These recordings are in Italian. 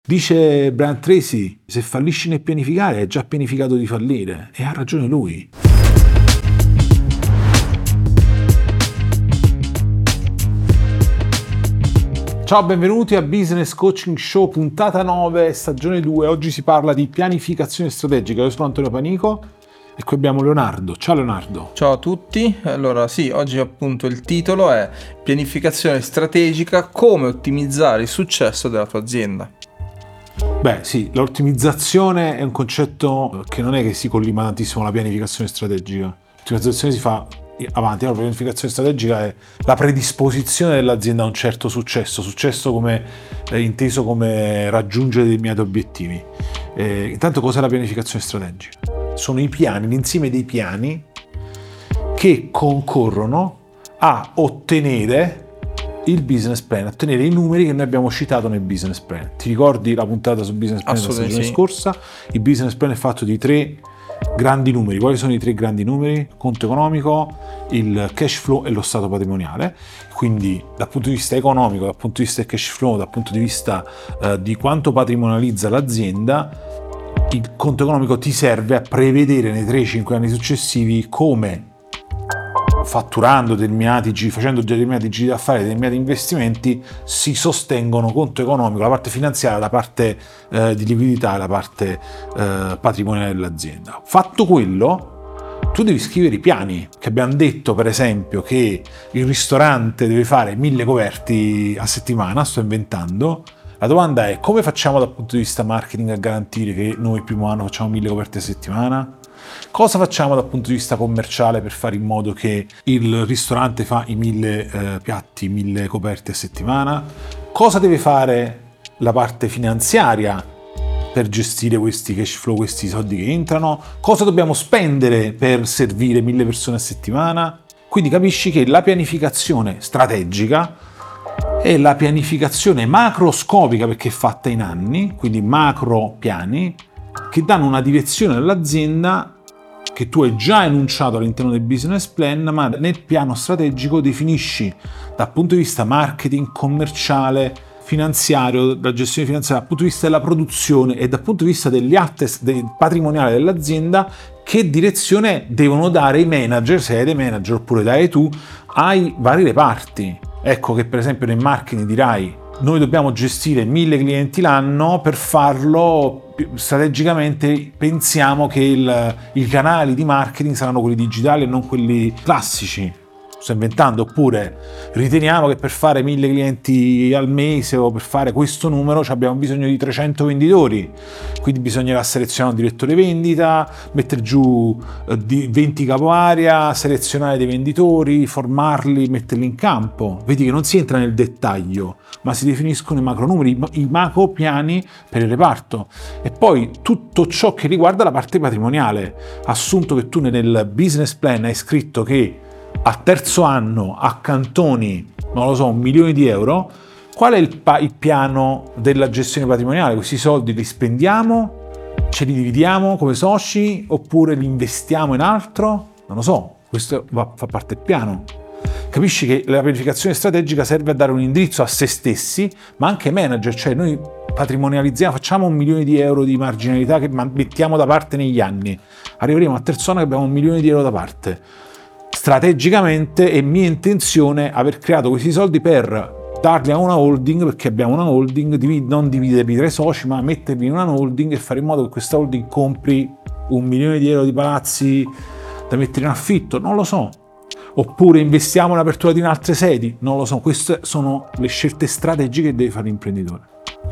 Dice Brian Tracy, se fallisci nel pianificare è già pianificato di fallire, e ha ragione lui. Ciao, benvenuti a Business Coaching Show, puntata 9, stagione 2. Oggi si parla di pianificazione strategica. Io sono Antonio Panico e qui abbiamo Leonardo. Ciao Leonardo. Ciao a tutti. Allora sì, oggi appunto il titolo è Pianificazione strategica, come ottimizzare il successo della tua azienda. Beh sì, l'ottimizzazione è un concetto che non è che si collima tantissimo alla pianificazione strategica. L'ottimizzazione si fa avanti, la pianificazione strategica è la predisposizione dell'azienda a un certo successo come inteso come raggiungere determinati obiettivi. Intanto cos'è la pianificazione strategica? Sono i piani, l'insieme dei piani che concorrono a ottenere il business plan, ottenere i numeri che noi abbiamo citato nel business plan. Ti ricordi la puntata sul business plan della stagione scorsa? Il business plan è fatto di 3 grandi numeri. Quali sono i 3 grandi numeri? Conto economico, il cash flow e lo stato patrimoniale. Quindi dal punto di vista economico, dal punto di vista del cash flow, dal punto di vista di quanto patrimonializza l'azienda, il conto economico ti serve a prevedere nei 3-5 anni successivi come, fatturando facendo determinati giri d'affari, determinati investimenti, si sostengono conto economico, la parte finanziaria, la parte di liquidità e la parte patrimoniale dell'azienda. Fatto quello, tu devi scrivere i piani, che abbiamo detto per esempio che il ristorante deve fare 1000 coperti a settimana, sto inventando. La domanda è: come facciamo dal punto di vista marketing a garantire che noi il primo anno facciamo 1000 coperti a settimana? Cosa facciamo dal punto di vista commerciale per fare in modo che il ristorante fa i 1000 piatti, 1000 coperti a settimana? Cosa deve fare la parte finanziaria per gestire questi cash flow, questi soldi che entrano? Cosa dobbiamo spendere per servire 1000 persone a settimana? Quindi capisci che la pianificazione strategica è la pianificazione macroscopica, perché è fatta in anni, quindi macro piani che danno una direzione all'azienda che tu hai già enunciato all'interno del business plan, ma nel piano strategico definisci dal punto di vista marketing, commerciale, finanziario, della gestione finanziaria, dal punto di vista della produzione e dal punto di vista degli assets patrimoniale dell'azienda, che direzione devono dare i manager, se hai dei manager, oppure dai tu, ai vari reparti. Ecco che per esempio nel marketing dirai: noi dobbiamo gestire 1000 clienti l'anno, per farlo strategicamente pensiamo che i canali di marketing saranno quelli digitali e non quelli classici. Sto inventando. Oppure riteniamo che per fare 1000 clienti al mese o per fare questo numero abbiamo bisogno di 300 venditori, quindi bisognerà selezionare un direttore vendita, mettere giù 20 capo area, selezionare dei venditori, formarli, metterli in campo. Vedi che non si entra nel dettaglio, ma si definiscono i macro numeri, i macro piani per il reparto. E poi tutto ciò che riguarda la parte patrimoniale, assunto che tu nel business plan hai scritto che a terzo anno accantoni, non lo so, 1 milione di euro, qual è il piano della gestione patrimoniale? Questi soldi li spendiamo, ce li dividiamo come soci, oppure li investiamo in altro? Non lo so, questo fa parte del piano. Capisci che la pianificazione strategica serve a dare un indirizzo a se stessi, ma anche ai manager, cioè noi patrimonializziamo, facciamo 1 milione di euro di marginalità che mettiamo da parte negli anni, arriveremo a terzo anno che abbiamo 1 milione di euro da parte. Strategicamente è mia intenzione aver creato questi soldi per darli a una holding, perché abbiamo una holding, non dividerli tra i soci, ma metterli in una holding e fare in modo che questa holding compri 1 milione di euro di palazzi da mettere in affitto, non lo so. Oppure investiamo nell'apertura di altre sedi, non lo so. Queste sono le scelte strategiche che deve fare l'imprenditore.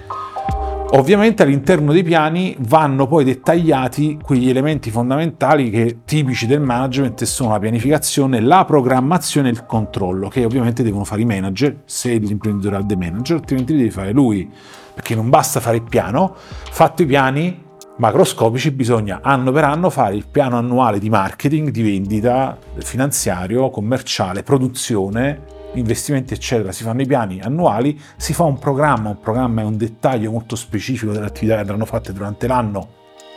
Ovviamente all'interno dei piani vanno poi dettagliati quegli elementi fondamentali che tipici del management, sono la pianificazione, la programmazione e il controllo, che ovviamente devono fare i manager, se l'imprenditore ha dei manager, altrimenti li deve fare lui, perché non basta fare il piano. Fatto i piani macroscopici, bisogna anno per anno fare il piano annuale di marketing, di vendita, finanziario, commerciale, produzione, investimenti eccetera. Si fanno i piani annuali, si fa un programma è un dettaglio molto specifico delle attività che andranno fatte durante l'anno,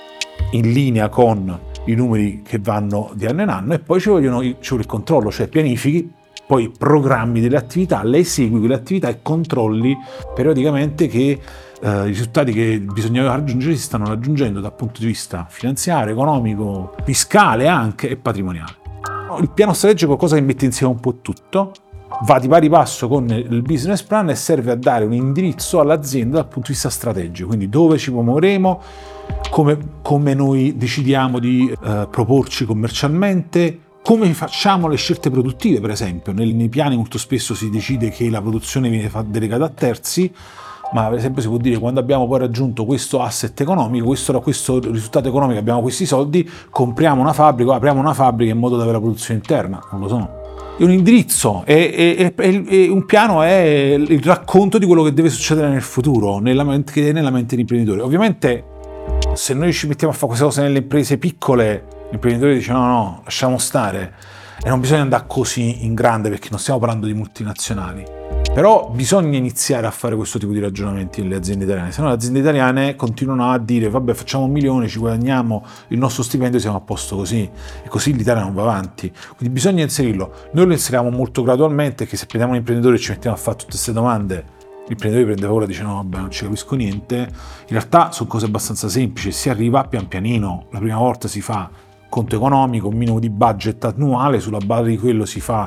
in linea con i numeri che vanno di anno in anno, e poi ci vuole il controllo, cioè pianifichi, poi programmi delle attività, le esegui quelle attività e controlli periodicamente che i risultati che bisognava raggiungere si stanno raggiungendo dal punto di vista finanziario, economico, fiscale anche e patrimoniale. Il piano strategico è qualcosa che mette insieme un po' tutto, va di pari passo con il business plan e serve a dare un indirizzo all'azienda dal punto di vista strategico, quindi dove ci muoveremo, come noi decidiamo di proporci commercialmente, come facciamo le scelte produttive. Per esempio nei piani molto spesso si decide che la produzione viene delegata a terzi, ma per esempio si può dire quando abbiamo poi raggiunto questo asset economico, questo risultato economico, abbiamo questi soldi, compriamo una fabbrica, apriamo una fabbrica in modo da avere la produzione interna, non lo so. È un indirizzo, è un piano, è il racconto di quello che deve succedere nel futuro, nella mente dell'imprenditore. Ovviamente se noi ci mettiamo a fare queste cose nelle imprese piccole, l'imprenditore dice no, lasciamo stare, e non bisogna andare così in grande perché non stiamo parlando di multinazionali. Però bisogna iniziare a fare questo tipo di ragionamenti nelle aziende italiane, se no le aziende italiane continuano a dire vabbè facciamo 1 milione, ci guadagniamo il nostro stipendio, siamo a posto così, e così l'Italia non va avanti. Quindi bisogna inserirlo. Noi lo inseriamo molto gradualmente, che se prendiamo un imprenditore e ci mettiamo a fare tutte queste domande, l'imprenditore prende paura e dice no vabbè non ci capisco niente. In realtà sono cose abbastanza semplici, si arriva pian pianino. La prima volta si fa conto economico, un minimo di budget annuale, sulla base di quello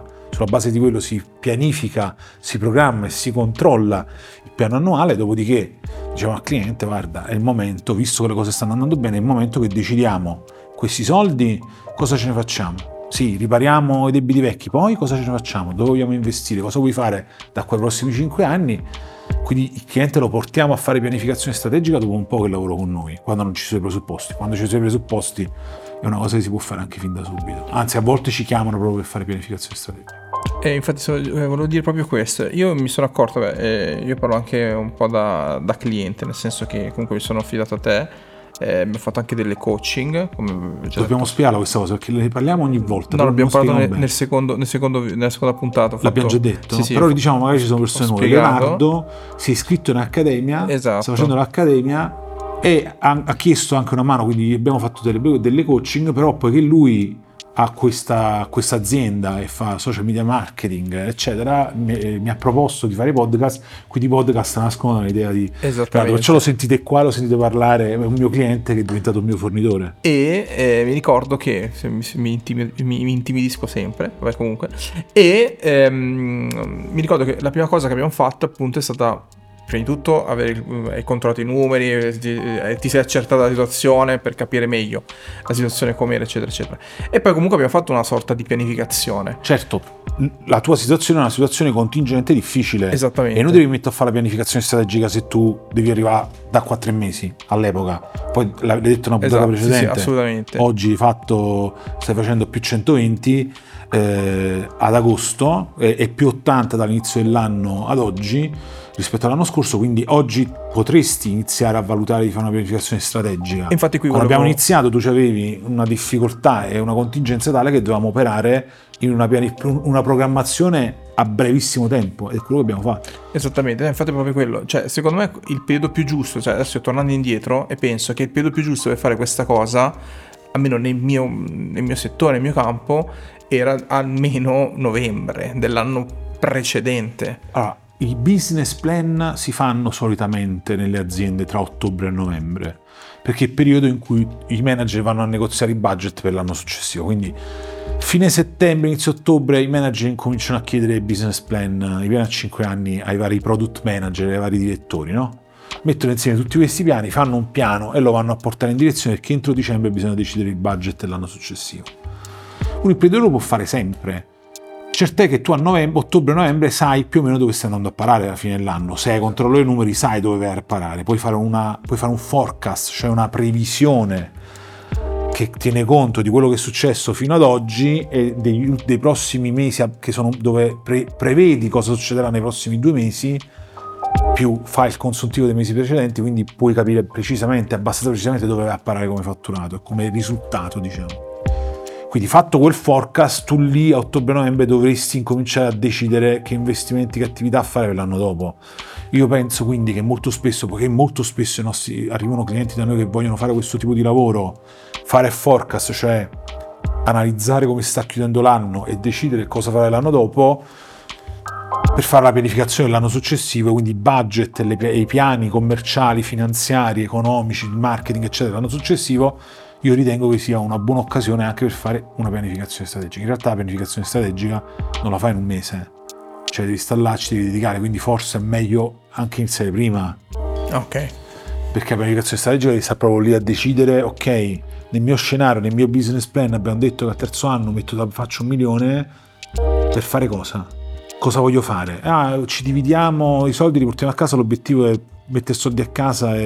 si pianifica, si programma e si controlla il piano annuale, dopodiché diciamo al cliente guarda è il momento, visto che le cose stanno andando bene, è il momento che decidiamo questi soldi cosa ce ne facciamo. Sì, ripariamo i debiti vecchi, poi cosa ce ne facciamo, dove vogliamo investire, cosa vuoi fare da quei prossimi 5 anni. Quindi il cliente lo portiamo a fare pianificazione strategica dopo un po' che lavoro con noi, quando non ci sono i presupposti. Quando ci sono i presupposti è una cosa che si può fare anche fin da subito, anzi a volte ci chiamano proprio per fare pianificazione strategica. E infatti volevo dire proprio questo. Io mi sono accorto, io parlo anche un po' da cliente, nel senso che comunque mi sono affidato a te, abbiamo fatto anche delle coaching, come dobbiamo spiegarlo questa cosa perché ne parliamo ogni volta. No, l'abbiamo parlato nella seconda puntata. L'abbiamo già detto, sì, però diciamo magari ci sono persone nuove. Leonardo si è iscritto in accademia, esatto. Sta facendo l'accademia e ha chiesto anche una mano, quindi abbiamo fatto delle coaching, però poiché lui ha questa azienda e fa social media marketing eccetera, mi ha proposto di fare podcast, quindi i podcast nascono dall'idea di perciò lo sentite qua, lo sentite parlare, è un mio cliente che è diventato un mio fornitore e mi ricordo che mi intimidisco sempre, vabbè comunque, e mi ricordo che la prima cosa che abbiamo fatto appunto è stata prima di tutto hai controllato i numeri, ti sei accertata la situazione per capire meglio la situazione com'era eccetera eccetera, e poi comunque abbiamo fatto una sorta di pianificazione. Certo, la tua situazione è una situazione contingente difficile, esattamente, e non devi mettere a fare la pianificazione strategica se tu devi arrivare da 4 mesi all'epoca, poi l'hai detto una puntata precedente, sì, assolutamente. Oggi di fatto stai facendo più 120 ad agosto e più 80 dall'inizio dell'anno ad oggi rispetto all'anno scorso, quindi oggi potresti iniziare a valutare di fare una pianificazione strategica. Infatti qui quando abbiamo iniziato tu avevi una difficoltà e una contingenza tale che dovevamo operare in una programmazione a brevissimo tempo, ed è quello che abbiamo fatto. Esattamente, infatti è proprio quello, cioè secondo me il periodo più giusto, cioè adesso tornando indietro e penso che il periodo più giusto per fare questa cosa, almeno nel mio settore, nel mio campo, era almeno novembre dell'anno precedente. Allora, i business plan si fanno solitamente nelle aziende tra ottobre e novembre, perché è il periodo in cui i manager vanno a negoziare i budget per l'anno successivo, quindi fine settembre, inizio ottobre i manager incominciano a chiedere i business plan, i piani a 5 anni ai vari product manager, ai vari direttori, no? Mettono insieme tutti questi piani, fanno un piano e lo vanno a portare in direzione, perché entro dicembre bisogna decidere il budget dell'anno successivo. Un imprenditore lo può fare sempre. Certo è che tu a ottobre-novembre sai più o meno dove stai andando a parare alla fine dell'anno. Se hai controllo dei numeri sai dove vai a parare. Puoi fare un forecast, cioè una previsione che tiene conto di quello che è successo fino ad oggi e dei prossimi mesi, che sono dove prevedi cosa succederà nei prossimi 2 mesi, più fai il consuntivo dei mesi precedenti, quindi puoi capire abbastanza precisamente dove vai a parare come fatturato e come risultato, diciamo. Quindi fatto quel forecast, tu lì a ottobre-novembre dovresti incominciare a decidere che investimenti, che attività fare per l'anno dopo. Io penso quindi che molto spesso i nostri arrivano clienti da noi che vogliono fare questo tipo di lavoro, fare forecast, cioè analizzare come si sta chiudendo l'anno e decidere cosa fare l'anno dopo per fare la pianificazione dell'anno successivo, quindi i budget e i piani commerciali, finanziari, economici, di marketing eccetera l'anno successivo. Io ritengo che sia una buona occasione anche per fare una pianificazione strategica. In realtà la pianificazione strategica non la fai in un mese, cioè devi stare là, ci devi dedicare, quindi forse è meglio anche iniziare prima. Ok. Perché la pianificazione strategica devi stare proprio lì a decidere, ok, nel mio scenario, nel mio business plan abbiamo detto che al terzo anno faccio 1 milione, per fare cosa? Cosa voglio fare? Ci dividiamo i soldi, li portiamo a casa, l'obiettivo è mettere soldi a casa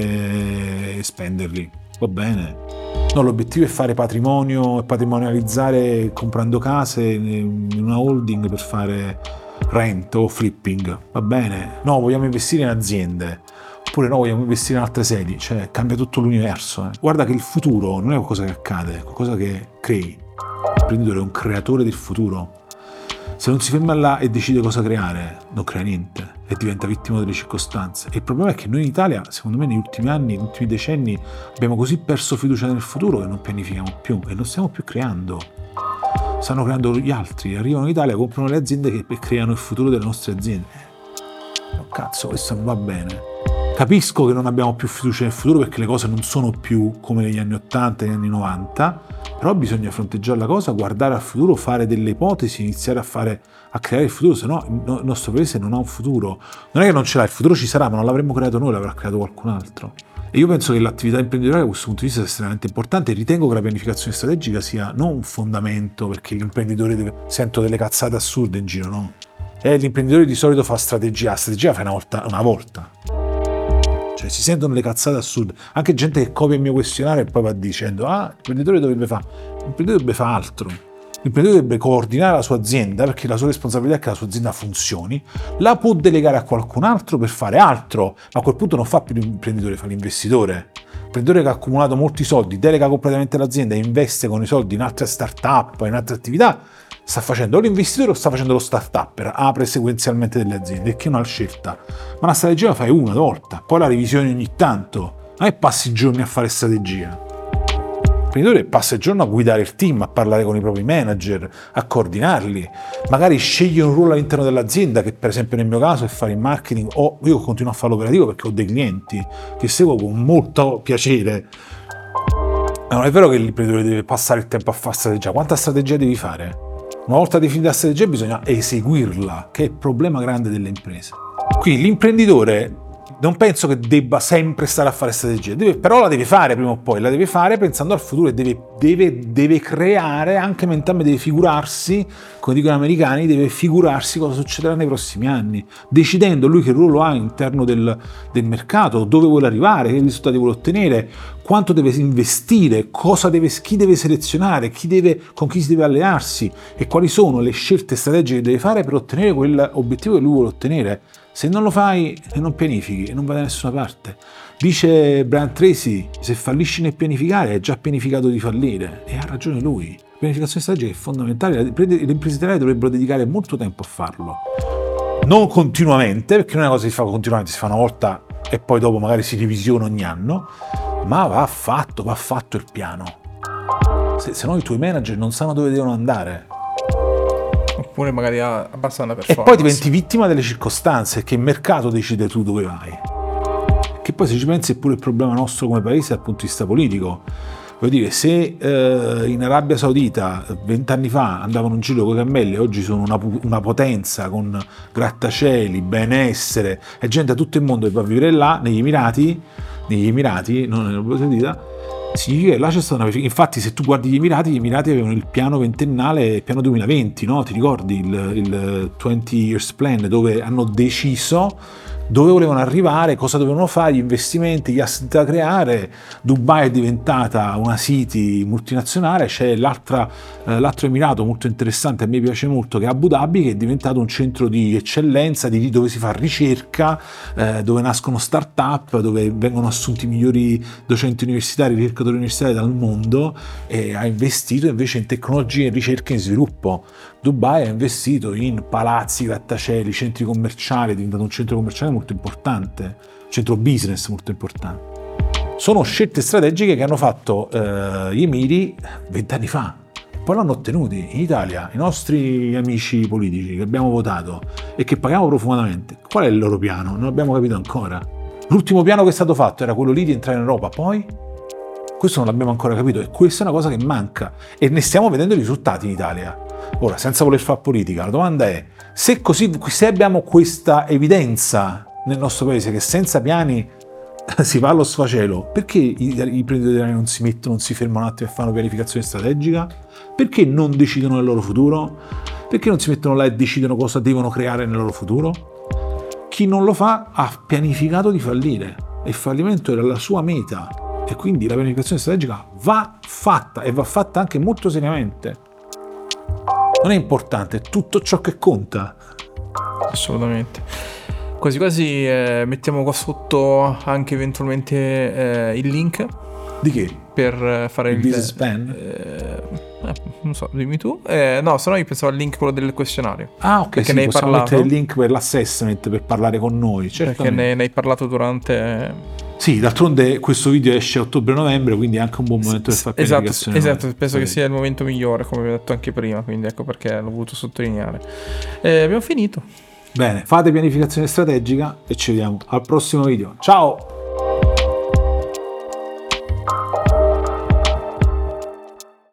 e spenderli, va bene. No, l'obiettivo è fare patrimonio e patrimonializzare comprando case in una holding per fare rent o flipping, va bene. No, vogliamo investire in aziende, oppure no, vogliamo investire in altre sedi, cioè cambia tutto l'universo. Guarda che il futuro non è qualcosa che accade, è qualcosa che crei. L'imprenditore è un creatore del futuro. Se non si ferma là e decide cosa creare, non crea niente e diventa vittima delle circostanze. E il problema è che noi in Italia, secondo me, negli ultimi anni, negli ultimi decenni, abbiamo così perso fiducia nel futuro che non pianifichiamo più e non stiamo più creando. Stanno creando gli altri, arrivano in Italia, comprano le aziende che creano il futuro delle nostre aziende. No, cazzo, questo non va bene. Capisco che non abbiamo più fiducia nel futuro perché le cose non sono più come negli anni 80 e negli anni 90, però bisogna fronteggiare la cosa, guardare al futuro, fare delle ipotesi, iniziare a creare il futuro, se no il nostro paese non ha un futuro. Non è che non ce l'ha, il futuro ci sarà, ma non l'avremmo creato noi, l'avrà creato qualcun altro. E io penso che l'attività imprenditoriale da questo punto di vista sia estremamente importante e ritengo che la pianificazione strategica sia non un fondamento perché l'imprenditore sento delle cazzate assurde in giro, no? L'imprenditore di solito fa strategia, la strategia fai una volta. Cioè si sentono le cazzate assurde, anche gente che copia il mio questionario e poi va dicendo l'imprenditore dovrebbe fare, l'imprenditore dovrebbe fare altro, l'imprenditore dovrebbe coordinare la sua azienda perché la sua responsabilità è che la sua azienda funzioni, la può delegare a qualcun altro per fare altro, ma a quel punto non fa più l'imprenditore, fa l'investitore. L'imprenditore che ha accumulato molti soldi, delega completamente l'azienda e investe con i soldi in altre start-up, in altre attività, sta facendo o l'investitore o sta facendo lo start-upper, apre sequenzialmente delle aziende, che è una scelta. Ma la strategia la fai una volta, poi la revisioni ogni tanto, non è passi i giorni a fare strategia. L'imprenditore passa il giorno a guidare il team, a parlare con i propri manager, a coordinarli, magari sceglie un ruolo all'interno dell'azienda, che per esempio nel mio caso è fare il marketing, o io continuo a fare l'operativo perché ho dei clienti che seguo con molto piacere. Ma non è vero che l'imprenditore deve passare il tempo a fare strategia, quanta strategia devi fare? Una volta definita la strategia bisogna eseguirla, che è il problema grande delle imprese. Quindi l'imprenditore non penso che debba sempre stare a fare strategia, però la deve fare prima o poi, la deve fare pensando al futuro e deve creare, anche mentalmente deve figurarsi, come dicono gli americani, deve figurarsi cosa succederà nei prossimi anni, decidendo lui che ruolo ha all'interno del mercato, dove vuole arrivare, che risultati vuole ottenere, quanto deve investire, chi deve selezionare, con chi si deve allearsi e quali sono le scelte strategiche che deve fare per ottenere quell'obiettivo che lui vuole ottenere. Se non lo fai e non pianifichi, non vai da nessuna parte. Dice Brian Tracy, se fallisci nel pianificare hai già pianificato di fallire. E ha ragione lui. La pianificazione strategica è fondamentale, le imprese italiane dovrebbero dedicare molto tempo a farlo. Non continuamente, perché non è una cosa che si fa continuamente, si fa una volta e poi dopo magari si revisiona ogni anno, ma va fatto il piano. Se no i tuoi manager non sanno dove devono andare. Oppure magari abbassano la performance. E poi diventi vittima delle circostanze, che il mercato decide tu dove vai. Che poi se ci pensi è pure il problema nostro come paese dal punto di vista politico. Voglio dire, se in Arabia Saudita 20 anni fa andavano in giro con i cammelli, oggi sono una potenza con grattacieli, benessere, e gente da tutto il mondo che va a vivere là, negli Emirati, non nell'Arabia Saudita, significa che là c'è stata una... Infatti se tu guardi gli Emirati avevano il piano ventennale, il piano 2020, no? Ti ricordi il 20 Years Plan, dove hanno deciso dove volevano arrivare, cosa dovevano fare, gli investimenti, gli asset da creare. Dubai è diventata una city multinazionale, c'è l'altro emirato molto interessante, a me piace molto, che è Abu Dhabi, che è diventato un centro di eccellenza, dove si fa ricerca, dove nascono start-up, dove vengono assunti i migliori docenti universitari, ricercatori universitari dal mondo, e ha investito invece in tecnologia, in ricerca e in sviluppo. Dubai ha investito in palazzi, grattacieli, centri commerciali, è diventato un centro commerciale molto importante, centro business molto importante. Sono scelte strategiche che hanno fatto gli Emiri 20 anni fa. poi l'hanno ottenuti in Italia, i nostri amici politici che abbiamo votato e che paghiamo profumatamente. Qual è il loro piano? Non abbiamo capito ancora. L'ultimo piano che è stato fatto era quello lì di entrare in Europa, poi questo non l'abbiamo ancora capito e questa è una cosa che manca e ne stiamo vedendo i risultati in Italia. Ora, senza voler fare politica, la domanda è: se abbiamo questa evidenza nel nostro paese che senza piani si va allo sfacelo, perché i imprenditori italiani non si mettono, non si fermano un attimo e fanno pianificazione strategica? Perché non decidono del loro futuro? Perché non si mettono là e decidono cosa devono creare nel loro futuro? Chi non lo fa ha pianificato di fallire e il fallimento era la sua meta e quindi la pianificazione strategica va fatta e va fatta anche molto seriamente. Non è importante, è tutto ciò che conta. Assolutamente. Quasi quasi mettiamo qua sotto anche eventualmente il link. Di che? Per fare il business plan? Non so, dimmi tu. No, se no io pensavo al link quello del questionario. Ah, ok, perché sì, ne hai possiamo parlato. mettere il link per l'assessment, per parlare con noi. Perché ne hai parlato durante... Sì, d'altronde questo video esce a ottobre-novembre, quindi è anche un buon momento per fare pianificazione. Esatto, penso che sia il momento migliore, come vi ho detto anche prima, quindi ecco perché l'ho voluto sottolineare. Abbiamo finito. Bene, fate pianificazione strategica e ci vediamo al prossimo video. Ciao!